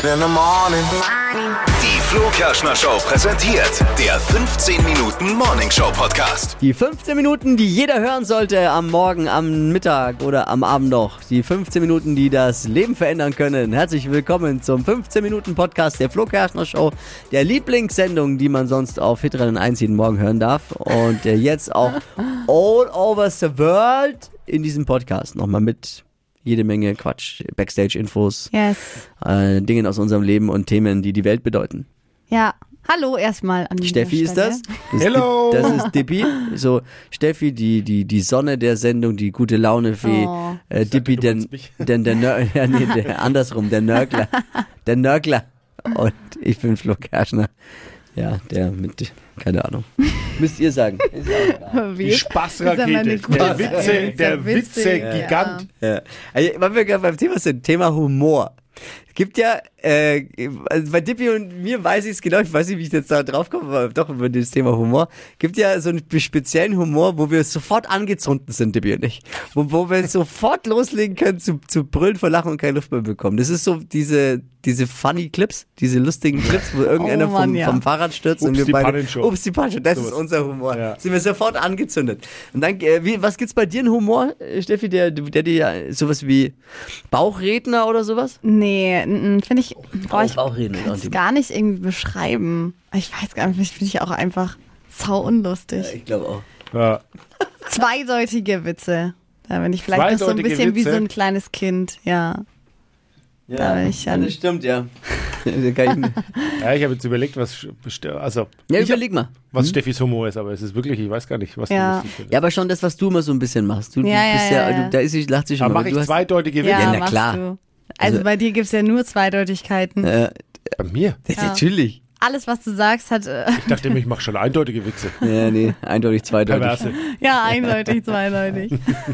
in the morning. Die Flo Kerschner Show präsentiert der 15 Minuten Morning Show Podcast. Die 15 Minuten, die jeder hören sollte am Morgen, am Mittag oder am Abend noch. Die 15 Minuten, die das Leben verändern können. Herzlich willkommen zum 15 Minuten Podcast der Flo Kerschner Show. Der Lieblingssendung, die man sonst auf Hitradio 1 jeden Morgen hören darf. Und jetzt auch all over the world in diesem Podcast. Nochmal mit jede Menge Quatsch, Backstage-Infos, Dingen aus unserem Leben und Themen, die die Welt bedeuten. Ja, hallo erstmal an die Steffi ist das? Hello! Das ist Dippi. So, Steffi, die Sonne der Sendung, die gute Laune-Fee. Oh. Dippi, der andersrum, der Nörgler. Der Nörgler. Und ich bin Flo Kerschner. Ja, der mit, keine Ahnung. Müsst ihr sagen. Ist ja auch egal. Die Spaßrakete, der Witze-Gigant. Ja. Also, weil wir gerade beim Thema sind, Thema Humor. Es gibt ja, also bei Dippi und mir weiß ich es genau, ich weiß nicht, wie ich jetzt da drauf komme, aber doch über das Thema Humor. Gibt ja so einen speziellen Humor, wo wir sofort angezündet sind, Dippi und ich. Wo wir sofort loslegen können zu brüllen vor Lachen und keine Luft mehr bekommen. Das ist so diese funny Clips, diese lustigen Clips, wo irgendeiner vom Fahrrad stürzt und wir beide, ups, die Pannenshow, das ist unser Humor. Ja. Sind wir sofort angezündet. Und dann, was gibt's bei dir in Humor, Steffi, der dir ja sowas wie Bauchredner oder sowas? Nee, finde ich, ich Bauchredner kann es gar nicht irgendwie beschreiben. Ich weiß gar nicht, finde ich auch einfach sau unlustig. Ja, ich glaube auch. Ja. Zweideutige Witze. Da bin ich vielleicht noch so ein bisschen wie so ein kleines Kind, ja. Ja, das stimmt, ja. Ja, ich habe jetzt überlegt, Überleg mal. Was Steffis Humor ist, aber es ist wirklich, ich weiß gar nicht, was du lustig findest. Ja, aber schon das, was du immer so ein bisschen machst. Du bist ja. Da lacht sie schon aber mal. mache ich zweideutige Witze? Ja, na klar. Du. Also bei dir gibt es ja nur Zweideutigkeiten. Bei mir? Ja. Natürlich. Alles, was du sagst, hat... Ich dachte ich mache schon eindeutige Witze. Ja, nee, eindeutig, zweideutig. Perverse. Ja, eindeutig, zweideutig.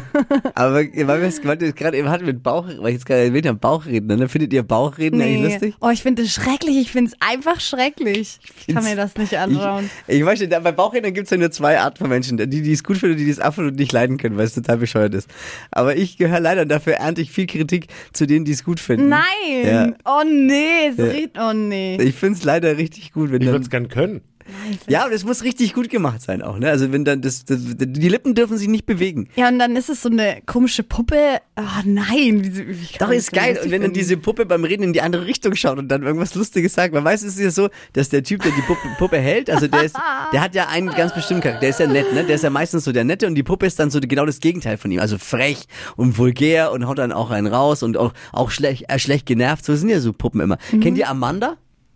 Aber weil wir es gerade eben hatten mit weil ich jetzt gerade erwähnt habe, Bauchredner, ne? Findet ihr Bauchredner eigentlich lustig? Oh, ich finde das schrecklich. Ich finde es einfach schrecklich. Ich kann mir das nicht anschauen. Ich weiß nicht, bei Bauchrednern gibt es ja nur zwei Arten von Menschen. Die es gut finden und die es absolut nicht leiden können, weil es total bescheuert ist. Aber ich gehöre leider, und dafür ernte ich viel Kritik zu denen, die es gut finden. Nein! Ja. Oh nee, oh nee. Ich finde es leider richtig gut, wenn ich würde es gern können. Ja, und es muss richtig gut gemacht sein auch, ne? Also wenn dann die Lippen dürfen sich nicht bewegen. Ja, und dann ist es so eine komische Puppe. Oh nein, wie doch, ist geil. Und wenn dann diese Puppe beim Reden in die andere Richtung schaut und dann irgendwas Lustiges sagt. Weil meistens ist es ja so, dass der Typ, der die Puppe hält, also der hat ja einen ganz bestimmten Charakter. Der ist ja nett, ne? Der ist ja meistens so der Nette und die Puppe ist dann so genau das Gegenteil von ihm. Also frech und vulgär und haut dann auch einen raus und auch schlecht genervt. So sind ja so Puppen immer. Kennt ihr Amanda?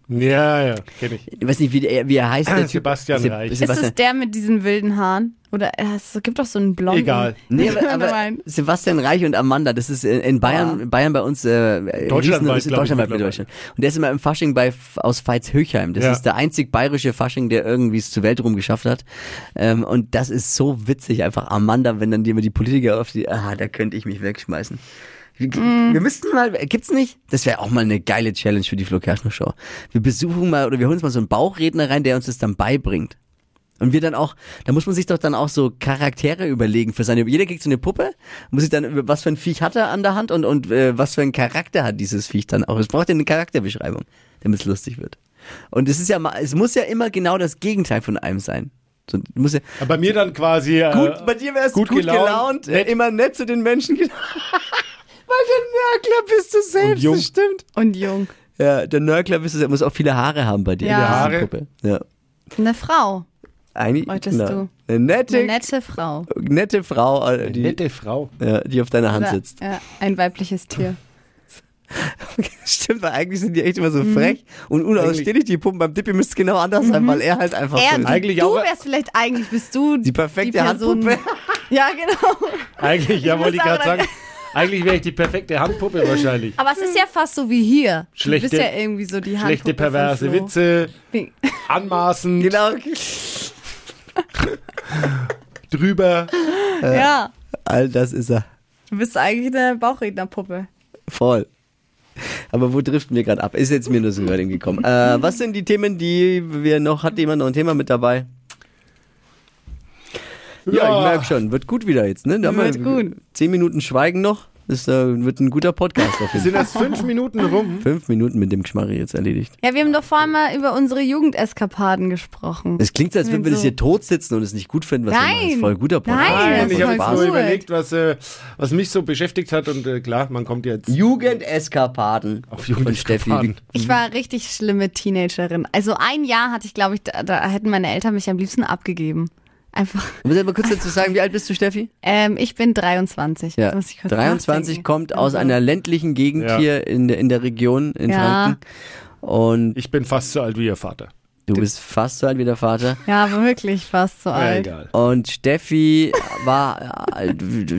Ja, kenne ich. Ich weiß nicht, wie er heißt. Der Sebastian Reich. Ist es der mit diesen wilden Haaren? Oder es gibt doch so einen blonden. Egal. Nee, aber Sebastian Reich und Amanda, das ist in Bayern bei uns deutschlandweit mit Deutschland. Und der ist immer im Fasching aus Veitshöchheim. Das ist der einzig bayerische Fasching, der irgendwie es zur Welt rum geschafft hat. Und das ist so witzig, einfach Amanda, wenn dann die Politiker da könnte ich mich wegschmeißen. Wir müssten mal, gibt's nicht? Das wäre auch mal eine geile Challenge für die Flo Kerschner Show. Wir besuchen mal oder wir holen uns mal so einen Bauchredner rein, der uns das dann beibringt. Und wir dann auch, da muss man sich doch dann auch so Charaktere überlegen für jeder kriegt so eine Puppe, muss sich dann, was für ein Viech hat er an der Hand und was für ein Charakter hat dieses Viech dann auch. Es braucht ja eine Charakterbeschreibung, damit es lustig wird. Und es muss ja immer genau das Gegenteil von einem sein. So, aber bei mir dann quasi bei dir wär's gut gelaunt immer nett zu den Menschen. Weil der Nörgler bist du selbst, das stimmt. Und jung. Ja, der Nörgler bist du selbst. Muss auch viele Haare haben bei dir. Ja. Haare. Puppe. Ja. Eine Frau. Wolltest du. Eine nette Frau. Nette Frau. Nette Frau. Ja, die auf deiner Hand sitzt. Ja, ein weibliches Tier. Stimmt, weil eigentlich sind die echt immer so frech und unausstehlich, die Puppen. Beim Dippi müsste es genau anders sein, weil er halt einfach so ist. Eigentlich bist du die perfekte Handpuppe. Ja, genau. Eigentlich, ja, wollte ich gerade sagen. Eigentlich wäre ich die perfekte Handpuppe wahrscheinlich. Aber es ist ja fast so wie hier. Schlechte, du bist ja irgendwie so die Handpuppe. Schlechte, perverse Witze, anmaßend. Genau. Drüber. Ja. All das ist er. Du bist eigentlich eine Bauchrednerpuppe. Voll. Aber wo driften wir gerade ab? Ist jetzt mir nur so gerade gekommen. Was sind die Themen, die wir noch... Hat jemand noch ein Thema mit dabei? Ja, ich merke schon. Wird gut wieder jetzt, ne? Wird gut. 10 Minuten Schweigen noch. Das wird ein guter Podcast auf jeden Fall. Sind das 5 Minuten rum? 5 Minuten mit dem Geschmarri jetzt erledigt. Ja, wir haben doch vorhin mal über unsere Jugendeskapaden gesprochen. Es klingt so, als würden wir das hier tot sitzen und es nicht gut finden, was wir machen. Das ist voll ein guter Podcast. Nein, ich habe jetzt nur überlegt, was mich so beschäftigt hat und klar, man kommt jetzt... Jugendeskapaden von Steffi. Ich war richtig schlimme Teenagerin. Also ein Jahr hatte ich, glaube ich, da hätten meine Eltern mich am liebsten abgegeben. Einfach. Muss ich mal kurz dazu sagen, wie alt bist du, Steffi? Ich bin 23. Ja. 23, kommt aus einer ländlichen Gegend hier in der Region in Franken. Und ich bin fast so alt wie ihr Vater. Du bist fast so alt wie der Vater. Ja, wirklich fast so alt. Egal. Und Steffi aber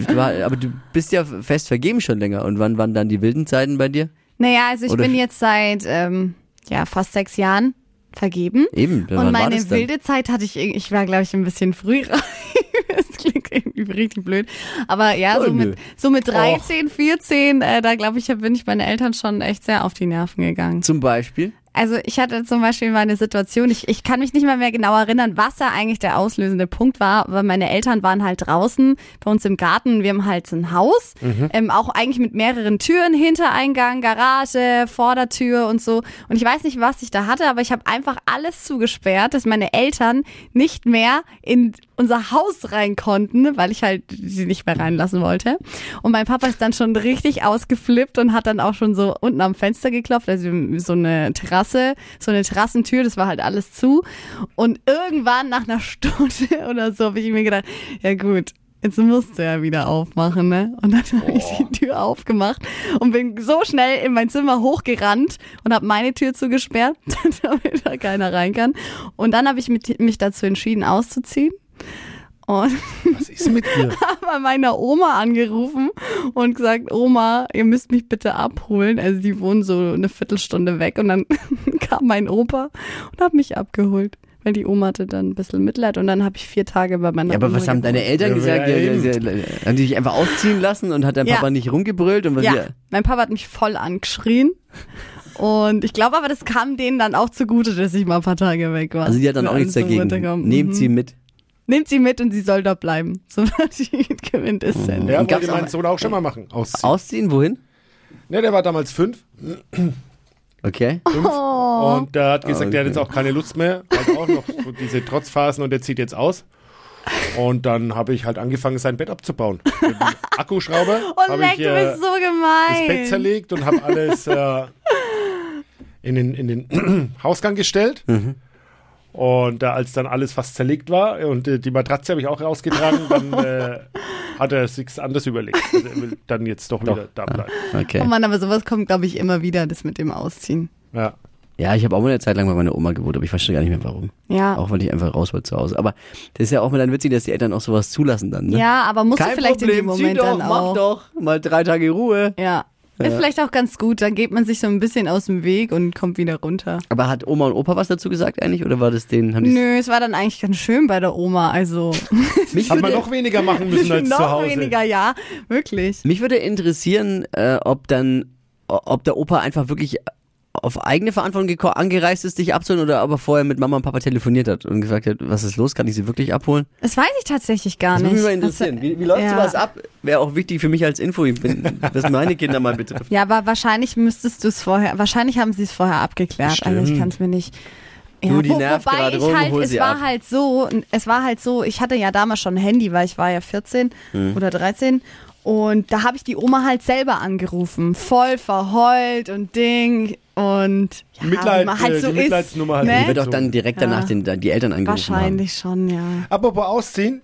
du bist ja fest vergeben schon länger. Und wann waren dann die wilden Zeiten bei dir? Naja, also ich bin jetzt seit fast 6 Jahren vergeben. Eben. Und meine wilde Zeit hatte ich war, glaube ich, ein bisschen früh reif. Das klingt irgendwie richtig blöd. Aber ja, so mit 13, 14, da glaube ich, bin ich meinen Eltern schon echt sehr auf die Nerven gegangen. Zum Beispiel? Also ich hatte zum Beispiel mal eine Situation, ich kann mich nicht mehr genau erinnern, was da eigentlich der auslösende Punkt war, weil meine Eltern waren halt draußen bei uns im Garten, wir haben halt so ein Haus, auch eigentlich mit mehreren Türen, Hintereingang, Garage, Vordertür und so. Und ich weiß nicht, was ich da hatte, aber ich habe einfach alles zugesperrt, dass meine Eltern nicht mehr in unser Haus rein konnten, weil ich halt sie nicht mehr reinlassen wollte. Und mein Papa ist dann schon richtig ausgeflippt und hat dann auch schon so unten am Fenster geklopft, also so eine Terrasse, so eine Terrassentür, das war halt alles zu. Und irgendwann nach einer Stunde oder so habe ich mir gedacht, ja gut, jetzt musst du ja wieder aufmachen, ne? Und dann habe ich die Tür aufgemacht und bin so schnell in mein Zimmer hochgerannt und habe meine Tür zugesperrt, damit da keiner rein kann. Und dann habe ich mich dazu entschieden, auszuziehen. Und was ist mit dir? habe bei meiner Oma angerufen und gesagt, Oma, ihr müsst mich bitte abholen. Also die wohnen so eine Viertelstunde weg. Und dann kam mein Opa und hat mich abgeholt. Weil die Oma hatte dann ein bisschen Mitleid und dann habe ich 4 Tage bei meiner Oma. Ja, aber was haben deine Eltern gesagt? Haben die dich einfach ausziehen lassen und hat dein Papa nicht rumgebrüllt? Und mein Papa hat mich voll angeschrien. Und ich glaube aber, das kam denen dann auch zugute, dass ich mal ein paar Tage weg war. Also die hat dann auch nichts dagegen. Nehmt sie mit. Nehmt sie mit und sie soll da bleiben. So die Quintessenz. Ja, wollte mein Sohn auch schon mal machen. Ausziehen? Wohin? Ja, der war damals 5. Okay. 5. Und der hat gesagt, der hat jetzt auch keine Lust mehr. Also auch noch so diese Trotzphasen und der zieht jetzt aus. Und dann habe ich halt angefangen, sein Bett abzubauen. Mit dem Akkuschrauber habe ich du bist so gemein. Das Bett zerlegt und habe alles in den Hausgang gestellt. Und als dann alles fast zerlegt war und die Matratze habe ich auch rausgetragen, dann hat er sich anders überlegt. Also er will dann jetzt doch wieder da bleiben. Okay. Oh Mann, aber sowas kommt, glaube ich, immer wieder, das mit dem Ausziehen. Ja. Ja, ich habe auch mal eine Zeit lang bei meiner Oma gewohnt, aber ich verstehe gar nicht mehr warum. Ja. Auch weil ich einfach raus wollte zu Hause. Aber das ist ja auch mal dann witzig, dass die Eltern auch sowas zulassen dann, ne? Ja, aber musst du vielleicht Problem, in dem Moment zieh doch, dann auch. mach doch, mal 3 Tage Ruhe. Ja. Ist vielleicht auch ganz gut, dann geht man sich so ein bisschen aus dem Weg und kommt wieder runter. Aber hat Oma und Opa was dazu gesagt eigentlich? Oder war das denen? Nö, es war dann eigentlich ganz schön bei der Oma, also. Hat man noch weniger machen müssen als zu Hause. Noch weniger, ja, wirklich. Mich würde interessieren, ob der Opa einfach wirklich auf eigene Verantwortung angereist ist, dich abzuholen, oder ob er vorher mit Mama und Papa telefoniert hat und gesagt hat, was ist los, kann ich sie wirklich abholen? Das weiß ich tatsächlich gar nicht. Das würde mich mal interessieren. Wie läuft sowas ab? Wäre auch wichtig für mich als Info, was meine Kinder mal betrifft. Ja, aber wahrscheinlich wahrscheinlich haben sie es vorher abgeklärt. Bestimmt. Also ich kann es mir nicht... Ja, Du, die nervt gerade rum, hol sie ab. Es war halt so, ich hatte ja damals schon ein Handy, weil ich war ja 14 oder 13. Und da habe ich die Oma halt selber angerufen, voll verheult und Ding und ja, Mitleid, halt so die Mitleidsnummer halt. Die wird auch dann direkt danach die Eltern angerufen wahrscheinlich schon, ja. Apropos Ausziehen,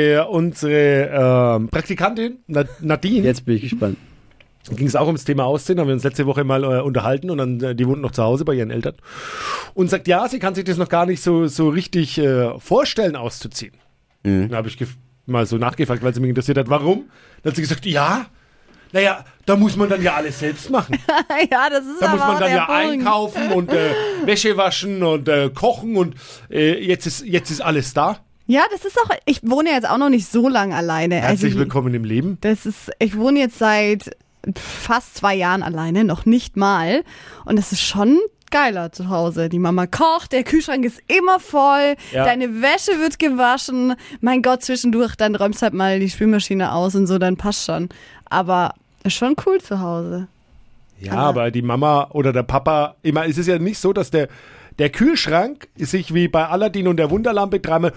unsere Praktikantin Nadine. Jetzt bin ich gespannt. Ging es auch ums Thema Ausziehen, haben wir uns letzte Woche mal unterhalten und dann, die wohnt noch zu Hause bei ihren Eltern und sagt, ja, sie kann sich das noch gar nicht so richtig vorstellen, auszuziehen. Dann habe ich mal so nachgefragt, weil sie mich interessiert hat, warum? Dann hat sie gesagt, ja, naja, da muss man dann ja alles selbst machen. Ja, das ist da aber muss man auch dann der ja Punkt. einkaufen und Wäsche waschen und kochen und jetzt ist alles da. Ja, das ist auch, ich wohne jetzt auch noch nicht so lange alleine. Herzlich willkommen im Leben. Ich wohne jetzt seit fast 2 Jahren alleine, noch nicht mal. Und es ist schon geiler zu Hause. Die Mama kocht, der Kühlschrank ist immer voll, deine Wäsche wird gewaschen. Mein Gott, zwischendurch, dann räumst halt mal die Spülmaschine aus und so, dann passt schon. Aber Ist schon cool zu Hause. Ja, aber die Mama oder der Papa, immer ist es ja nicht so, dass der Kühlschrank sich wie bei Aladdin und der Wunderlampe dreimal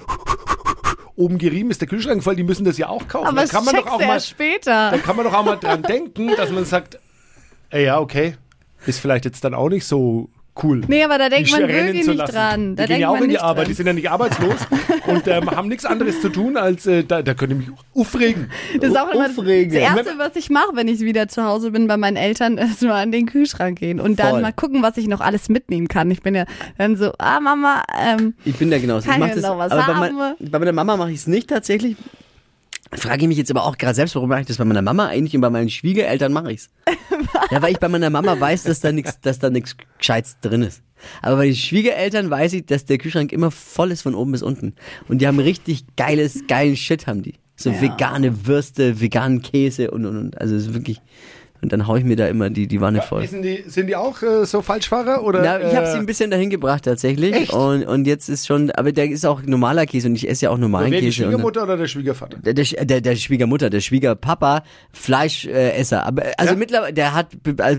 oben gerieben ist, der Kühlschrank voll, die müssen das ja auch kaufen. Aber das checkst du ja später. Da kann man doch auch mal dran denken, dass man sagt, ja, okay, ist vielleicht jetzt dann auch nicht so cool. Nee, aber da denkt man wirklich nicht dran. Die gehen ja auch in die Arbeit, die sind ja nicht arbeitslos und haben nichts anderes zu tun, als da können die mich aufregen. Das ist auch immer das Erste, was ich mache, wenn ich wieder zu Hause bin bei meinen Eltern, ist mal an den Kühlschrank gehen und dann mal gucken, was ich noch alles mitnehmen kann. Ich bin ja dann so, Mama, ich bin da genauso. Kann ich das, noch was haben? Bei meiner Mama mache ich es nicht tatsächlich. Frage ich mich jetzt aber auch gerade selbst, warum mache ich das bei meiner Mama eigentlich und bei meinen Schwiegereltern mache ich es. Ja, weil ich bei meiner Mama weiß, dass da nichts Gescheites drin ist. Aber bei den Schwiegereltern weiß ich, dass der Kühlschrank immer voll ist von oben bis unten. Und die haben richtig geilen Shit haben die. So vegane Würste, veganen Käse und also es ist wirklich... Und dann haue ich mir da immer die Wanne voll. Sind die auch so Falschfahrer? Oder, Na, ich habe sie ein bisschen dahin gebracht tatsächlich. Echt? Und jetzt ist schon, aber der ist auch normaler Käse und ich esse ja auch normalen Käse. Die Schwiegermutter oder der Schwiegervater? Der Schwiegermutter, der Schwiegerpapa, Fleischesser. Aber also mittlerweile, der hat,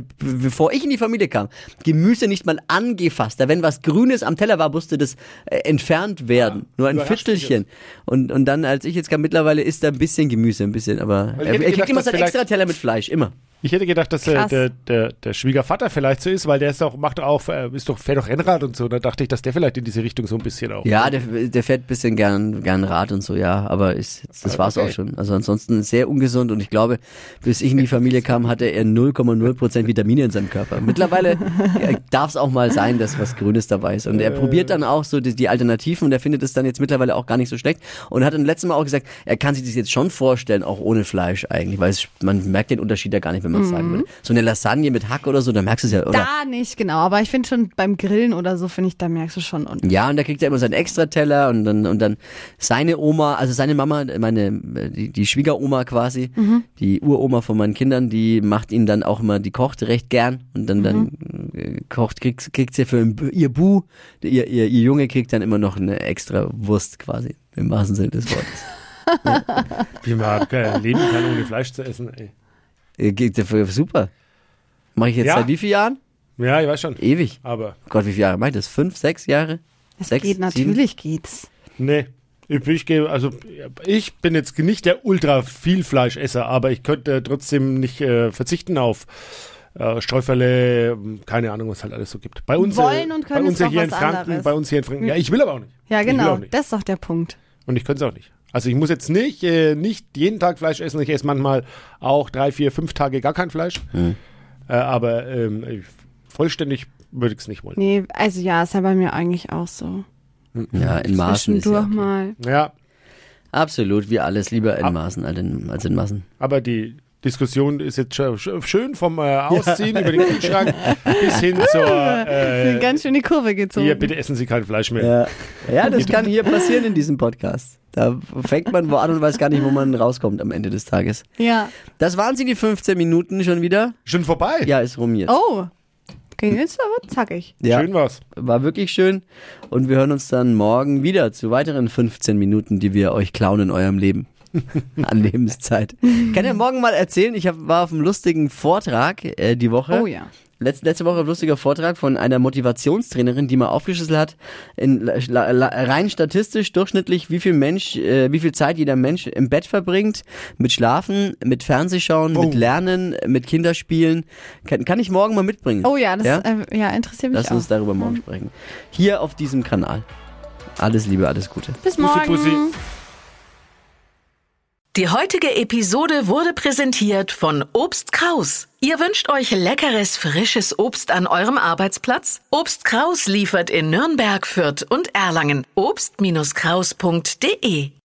bevor ich in die Familie kam, Gemüse nicht mal angefasst. Da wenn was Grünes am Teller war, musste das entfernt werden. Nur ein Viertelchen. Und dann, als ich jetzt kam, mittlerweile isst er ein bisschen Gemüse, aber er kriegt immer seinen extra Teller mit Fleisch, immer. Ich hätte gedacht, dass der Schwiegervater vielleicht so ist, weil der ist doch fährt doch Rennrad und so. Da dachte ich, dass der vielleicht in diese Richtung so ein bisschen auch. Ja, der fährt ein bisschen gern Rad und so, ja. Aber das war's auch schon. Also ansonsten sehr ungesund und ich glaube, bis ich in die Familie kam, hatte er 0,0% Vitamine in seinem Körper. Mittlerweile darf es auch mal sein, dass was Grünes dabei ist. Und er probiert dann auch so die Alternativen und er findet es dann jetzt mittlerweile auch gar nicht so schlecht. Und hat dann letztes Mal auch gesagt, er kann sich das jetzt schon vorstellen, auch ohne Fleisch eigentlich, weil man merkt den Unterschied ja gar nicht, wenn man es sagen würde. So eine Lasagne mit Hack oder so, da merkst du es ja, oder? Da nicht, genau. Aber ich finde schon beim Grillen oder so, da merkst du schon. Ja, und da kriegt er immer seinen Extrateller und dann seine Oma, also seine Mama, die Schwiegeroma quasi, die Uroma von meinen Kindern, die macht ihn dann auch immer, die kocht recht gern und dann kriegt sie für ihr Bu, ihr Junge kriegt dann immer noch eine extra Wurst quasi, im wahrsten Sinne des Wortes. Ja. Wie man leben kann, ohne Fleisch zu essen, ey. Geht super. Mache ich jetzt seit wie vielen Jahren? Ja, ich weiß schon. Ewig. Aber. Gott, wie viele Jahre mache ich das? 5, 6 Jahre? Es geht, natürlich geht's. Nee. Ich bin jetzt nicht der ultra viel Fleischesser, aber ich könnte trotzdem nicht verzichten auf Streuferle, keine Ahnung, was halt alles so gibt. Bei uns, wollen und können ist doch was anderes. Bei uns hier in Franken. Ja, ich will aber auch nicht. Ja, genau. Das ist doch der Punkt. Und ich könnte es auch nicht. Also ich muss jetzt nicht jeden Tag Fleisch essen. Ich esse manchmal auch 3, 4, 5 Tage gar kein Fleisch. Aber vollständig würde ich es nicht wollen. Nee, also ja, ist ja bei mir eigentlich auch so. Ja, in Maßen ist ja okay. Mal. Ja. Absolut, wir alles lieber in Maßen als in Massen. Aber die Diskussion ist jetzt schön vom Ausziehen über den Kühlschrank bis hin zur... ganz schön die Kurve gezogen. Hier, bitte essen Sie kein Fleisch mehr. Ja, das kann hier passieren in diesem Podcast. Da fängt man wo an und weiß gar nicht, wo man rauskommt am Ende des Tages. Ja. Das waren sie, die 15 Minuten schon wieder. Schon vorbei? Ja, ist rum jetzt. Oh, ging jetzt aber zackig. Ja, schön war's. War wirklich schön. Und wir hören uns dann morgen wieder zu weiteren 15 Minuten, die wir euch klauen in eurem Leben. An Lebenszeit. Ich kann ja morgen mal erzählen, ich war auf einem lustigen Vortrag die Woche. Oh ja. Letzte Woche ein lustiger Vortrag von einer Motivationstrainerin, die mal aufgeschlüsselt hat, rein statistisch durchschnittlich, wie viel Zeit jeder Mensch im Bett verbringt, mit Schlafen, mit Fernsehschauen, mit Lernen, mit Kinderspielen. Kann ich morgen mal mitbringen. Oh ja, das interessiert mich. Lass uns darüber morgen sprechen. Hier auf diesem Kanal. Alles Liebe, alles Gute. Bis morgen. Pussy. Die heutige Episode wurde präsentiert von Obst Kraus. Ihr wünscht euch leckeres, frisches Obst an eurem Arbeitsplatz? Obst Kraus liefert in Nürnberg, Fürth und Erlangen. Obst-Kraus.de